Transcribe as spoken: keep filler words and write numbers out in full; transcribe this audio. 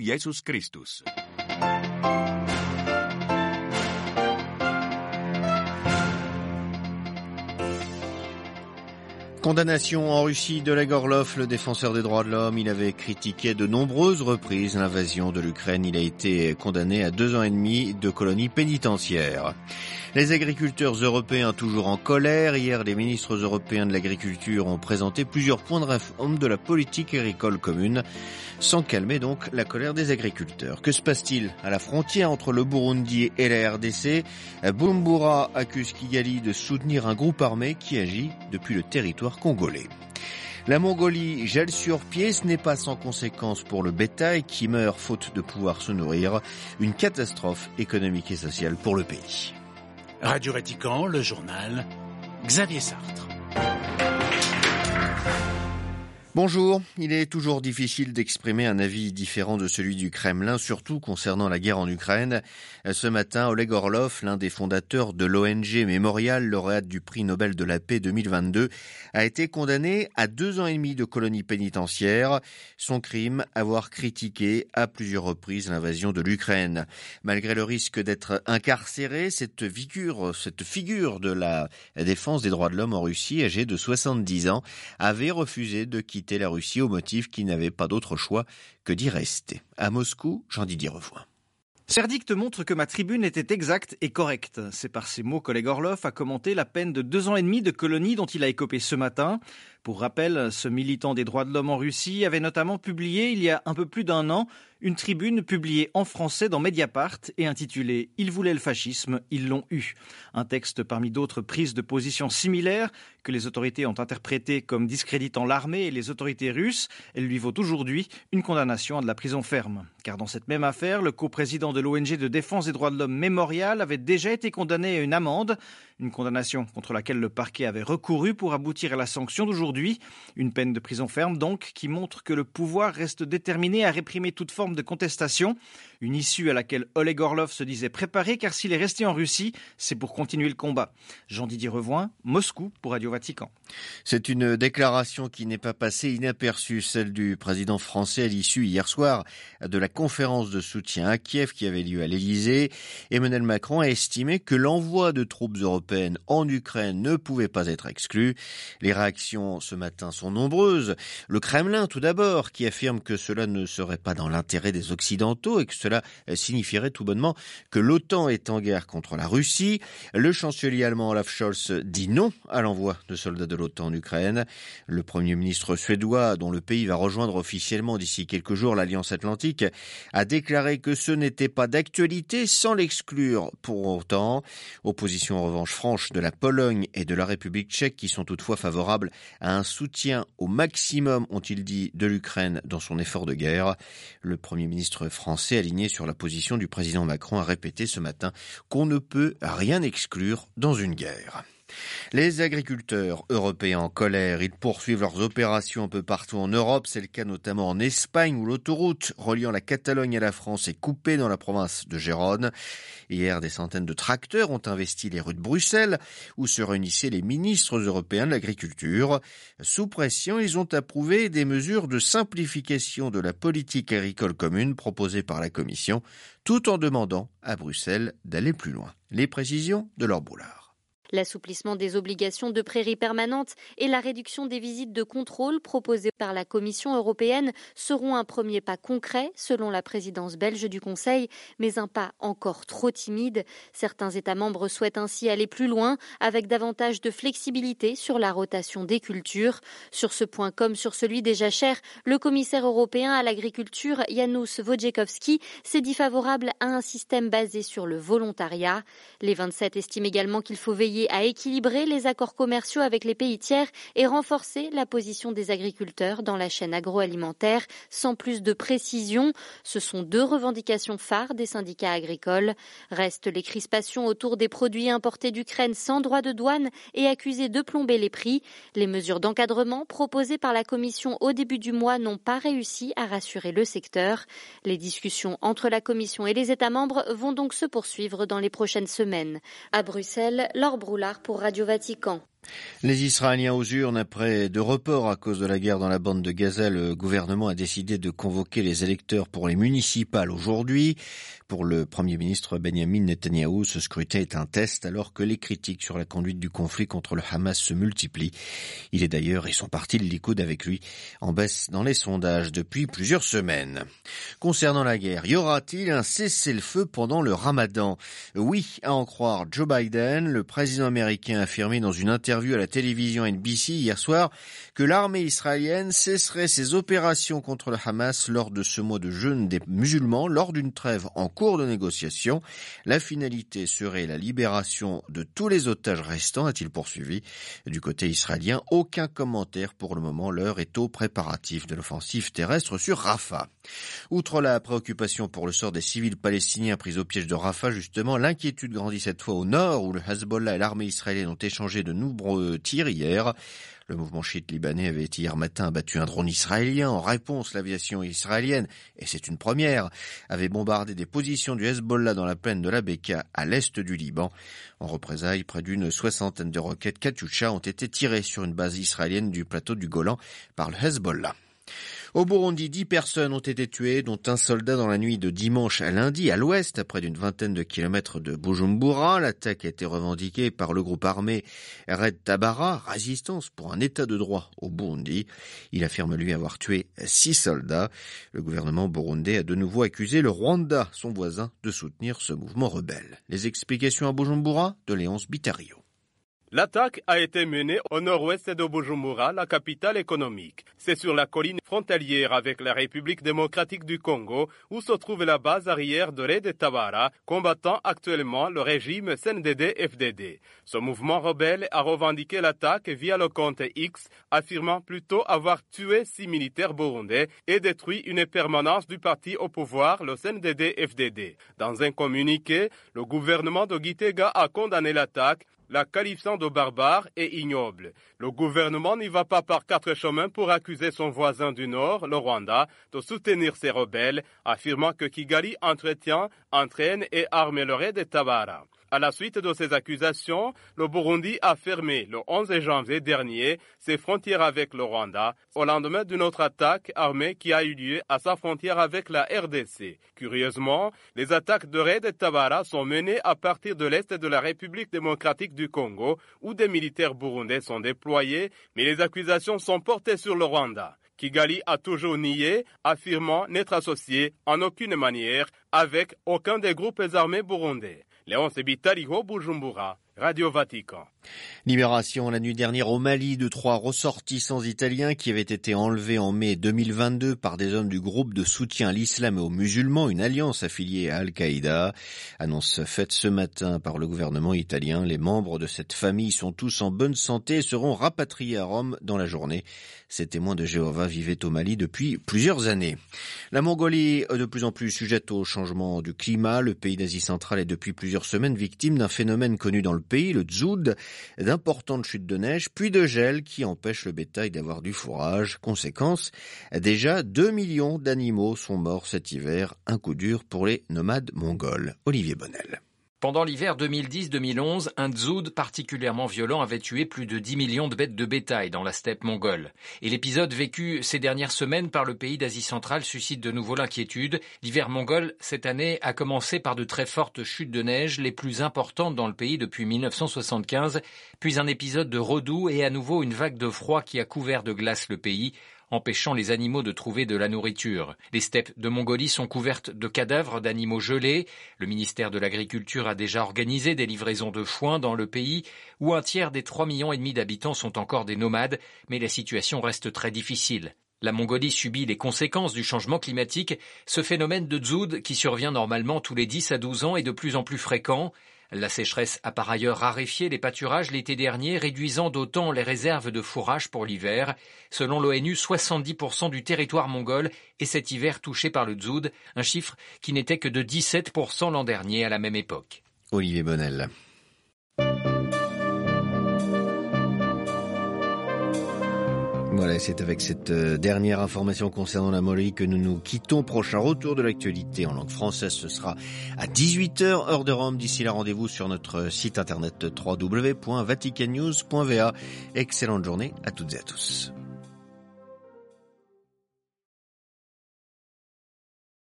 Jesus Christus. Condamnation en Russie d'Oleg Orlov, le défenseur des droits de l'homme. Il avait critiqué de nombreuses reprises l'invasion de l'Ukraine. Il a été condamné à deux ans et demi de colonie pénitentiaire. Les agriculteurs européens toujours en colère. Hier, les ministres européens de l'agriculture ont présenté plusieurs points de réforme de la politique agricole commune, sans calmer donc la colère des agriculteurs. Que se passe-t-il à la frontière entre le Burundi et la R D C? Bujumbura accuse Kigali de soutenir un groupe armé qui agit depuis le territoire congolais. La Mongolie gèle sur pied, ce n'est pas sans conséquence pour le bétail qui meurt faute de pouvoir se nourrir. Une catastrophe économique et sociale pour le pays. Radio Vatican, le journal, Xavier Sartre. Bonjour, il est toujours difficile d'exprimer un avis différent de celui du Kremlin, surtout concernant la guerre en Ukraine. Ce matin, Oleg Orlov, l'un des fondateurs de l'O N G Mémorial, lauréate du prix Nobel de la paix deux mille vingt-deux, a été condamné à deux ans et demi de colonie pénitentiaire. Son crime, avoir critiqué à plusieurs reprises l'invasion de l'Ukraine. Malgré le risque d'être incarcéré, cette figure, cette figure de la défense des droits de l'homme en Russie, âgée de soixante-dix ans, avait refusé de quitter la Russie au motif qu'il n'avait pas d'autre choix que d'y rester. À Moscou, Jean-Didier Revoin. Ce verdict montre que ma tribune était exacte et correcte. C'est par ces mots qu'Oleg Orlov a commenté la peine de deux ans et demi de colonie dont il a écopé ce matin. Pour rappel, ce militant des droits de l'homme en Russie avait notamment publié, il y a un peu plus d'un an, une tribune publiée en français dans Mediapart et intitulée « Ils voulaient le fascisme, ils l'ont eu ». Un texte parmi d'autres prises de position similaires que les autorités ont interprétées comme discréditant l'armée et les autorités russes. Elle lui vaut aujourd'hui une condamnation à de la prison ferme. Car dans cette même affaire, le coprésident de l'O N G de défense des droits de l'homme Mémorial avait déjà été condamné à une amende. Une condamnation contre laquelle le parquet avait recouru pour aboutir à la sanction d'aujourd'hui. Une peine de prison ferme donc qui montre que le pouvoir reste déterminé à réprimer toute forme de contestation. Une issue à laquelle Oleg Orlov se disait préparé car s'il est resté en Russie, c'est pour continuer le combat. Jean-Didier Revoin, Moscou pour Radio Vatican. C'est une déclaration qui n'est pas passée inaperçue, celle du président français à l'issue hier soir de la conférence de soutien à Kiev qui avait lieu à l'Élysée. Emmanuel Macron a estimé que l'envoi de troupes européennes en Ukraine ne pouvait pas être exclu. Les réactions ce matin sont nombreuses. Le Kremlin tout d'abord qui affirme que cela ne serait pas dans l'intérêt des Occidentaux et que cela signifierait tout bonnement que l'OTAN est en guerre contre la Russie. Le chancelier allemand Olaf Scholz dit non à l'envoi de soldats de l'OTAN en Ukraine. Le premier ministre suédois, dont le pays va rejoindre officiellement d'ici quelques jours l'Alliance Atlantique, a déclaré que ce n'était pas d'actualité sans l'exclure pour autant. Opposition en revanche franche de la Pologne et de la République tchèque qui sont toutefois favorables à un soutien au maximum, ont-ils dit, de l'Ukraine dans son effort de guerre. Le Premier ministre français, aligné sur la position du président Macron, a répété ce matin qu'on ne peut rien exclure dans une guerre. Les agriculteurs européens en colère, ils poursuivent leurs opérations un peu partout en Europe. C'est le cas notamment en Espagne où l'autoroute reliant la Catalogne à la France est coupée dans la province de Gérone. Hier, des centaines de tracteurs ont investi les rues de Bruxelles où se réunissaient les ministres européens de l'agriculture. Sous pression, ils ont approuvé des mesures de simplification de la politique agricole commune proposées par la Commission, tout en demandant à Bruxelles d'aller plus loin. Les précisions de Laure Boulard. L'assouplissement des obligations de prairies permanentes et la réduction des visites de contrôle proposées par la Commission européenne seront un premier pas concret, selon la présidence belge du Conseil, mais un pas encore trop timide. Certains États membres souhaitent ainsi aller plus loin, avec davantage de flexibilité sur la rotation des cultures. Sur ce point comme sur celui des jachères, le commissaire européen à l'agriculture, Janusz Wojciechowski, s'est dit favorable à un système basé sur le volontariat. Les vingt-sept estiment également qu'il faut veiller à équilibrer les accords commerciaux avec les pays tiers et renforcer la position des agriculteurs dans la chaîne agroalimentaire sans plus de précision. Ce sont deux revendications phares des syndicats agricoles. Restent les crispations autour des produits importés d'Ukraine sans droit de douane et accusés de plomber les prix. Les mesures d'encadrement proposées par la Commission au début du mois n'ont pas réussi à rassurer le secteur. Les discussions entre la Commission et les États membres vont donc se poursuivre dans les prochaines semaines. À Bruxelles, Laure Broulard pour Radio Vatican. Les Israéliens aux urnes après deux reports à cause de la guerre dans la bande de Gaza. Le gouvernement a décidé de convoquer les électeurs pour les municipales aujourd'hui. Pour le Premier ministre Benjamin Netanyahou, ce scrutin est un test alors que les critiques sur la conduite du conflit contre le Hamas se multiplient. Il est d'ailleurs, et son parti, le Likoud avec lui, en baisse dans les sondages depuis plusieurs semaines. Concernant la guerre, y aura-t-il un cessez-le-feu pendant le Ramadan? Oui, à en croire Joe Biden, le président américain a affirmé dans une interview à la télévision N B C hier soir que l'armée israélienne cesserait ses opérations contre le Hamas lors de ce mois de jeûne des musulmans, lors d'une trêve en cours de négociation. La finalité serait la libération de tous les otages restants, a-t-il poursuivi. Du côté israélien, aucun commentaire pour le moment. L'heure est aux préparatifs de l'offensive terrestre sur Rafah. Outre la préoccupation pour le sort des civils palestiniens pris au piège de Rafah, justement, l'inquiétude grandit cette fois au nord où le Hezbollah et l'armée israélienne ont échangé de nombreux tirs hier. Le mouvement chiite libanais avait hier matin abattu un drone israélien. En réponse, l'aviation israélienne, et c'est une première, avait bombardé des positions du Hezbollah dans la plaine de la Beka à l'est du Liban. En représailles, près d'une soixantaine de roquettes Katyusha ont été tirées sur une base israélienne du plateau du Golan par le Hezbollah. Au Burundi, dix personnes ont été tuées, dont un soldat dans la nuit de dimanche à lundi à l'ouest, à près d'une vingtaine de kilomètres de Bujumbura. L'attaque a été revendiquée par le groupe armé Red Tabara, Résistance pour un état de droit au Burundi. Il affirme lui avoir tué six soldats. Le gouvernement burundais a de nouveau accusé le Rwanda, son voisin, de soutenir ce mouvement rebelle. Les explications à Bujumbura de Léonce Bitario. L'attaque a été menée au nord-ouest de Bujumbura, la capitale économique. C'est sur la colline frontalière avec la République démocratique du Congo où se trouve la base arrière de Red Tabara, combattant actuellement le régime C N D D F D D. Ce mouvement rebelle a revendiqué l'attaque via le compte X, affirmant plutôt avoir tué six militaires burundais et détruit une permanence du parti au pouvoir, le C N D D F D D. Dans un communiqué, le gouvernement de Gitega a condamné l'attaque, la qualifiant de barbare et ignoble. Le gouvernement n'y va pas par quatre chemins pour accuser son voisin du Nord, le Rwanda, de soutenir ces rebelles, affirmant que Kigali entretient, entraîne et arme le raid de Tabara. À la suite de ces accusations, le Burundi a fermé le onze janvier dernier ses frontières avec le Rwanda, au lendemain d'une autre attaque armée qui a eu lieu à sa frontière avec la R D C. Curieusement, les attaques de raid de Tabara sont menées à partir de l'est de la République démocratique du Congo, où des militaires burundais sont déployés, mais les accusations sont portées sur le Rwanda. Kigali a toujours nié, affirmant n'être associé en aucune manière avec aucun des groupes armés burundais. Léonce Bitario, Bujumbura, Radio Vatican. Libération la nuit dernière au Mali de trois ressortissants italiens qui avaient été enlevés en mai deux mille vingt-deux par des hommes du groupe de soutien à l'islam et aux musulmans, une alliance affiliée à Al-Qaïda. Annonce faite ce matin par le gouvernement italien. Les membres de cette famille sont tous en bonne santé et seront rapatriés à Rome dans la journée. Ces témoins de Jéhovah vivaient au Mali depuis plusieurs années. La Mongolie, de plus en plus sujette au changement du climat. Le pays d'Asie centrale est depuis plusieurs semaines victime d'un phénomène connu dans le pays, le dzoud, d'importantes chutes de neige, puis de gel qui empêchent le bétail d'avoir du fourrage. Conséquence, déjà deux millions d'animaux sont morts cet hiver. Un coup dur pour les nomades mongols. Olivier Bonnel. Pendant l'hiver deux mille dix deux mille onze, un dzoud particulièrement violent avait tué plus de dix millions de bêtes de bétail dans la steppe mongole. Et l'épisode vécu ces dernières semaines par le pays d'Asie centrale suscite de nouveau l'inquiétude. L'hiver mongol, cette année, a commencé par de très fortes chutes de neige, les plus importantes dans le pays depuis mille neuf cent soixante-quinze, puis un épisode de redoux et à nouveau une vague de froid qui a couvert de glace le pays, empêchant les animaux de trouver de la nourriture. Les steppes de Mongolie sont couvertes de cadavres d'animaux gelés. Le ministère de l'Agriculture a déjà organisé des livraisons de foin dans le pays, où un tiers des trois millions et demi d'habitants sont encore des nomades, mais la situation reste très difficile. La Mongolie subit les conséquences du changement climatique. Ce phénomène de dzoud, qui survient normalement tous les dix à douze ans, est de plus en plus fréquent. La sécheresse a par ailleurs raréfié les pâturages l'été dernier, réduisant d'autant les réserves de fourrage pour l'hiver. Selon l'ONU, soixante-dix pour cent du territoire mongol est cet hiver touché par le dzoud, un chiffre qui n'était que de dix-sept pour cent l'an dernier à la même époque. Olivier Bonnel. Voilà, c'est avec cette dernière information concernant la Molly que nous nous quittons. Prochain retour de l'actualité en langue française, ce sera à dix-huit heures, heure de Rome. D'ici là, rendez-vous sur notre site internet w w w point vatican news point v a. Excellente journée à toutes et à tous.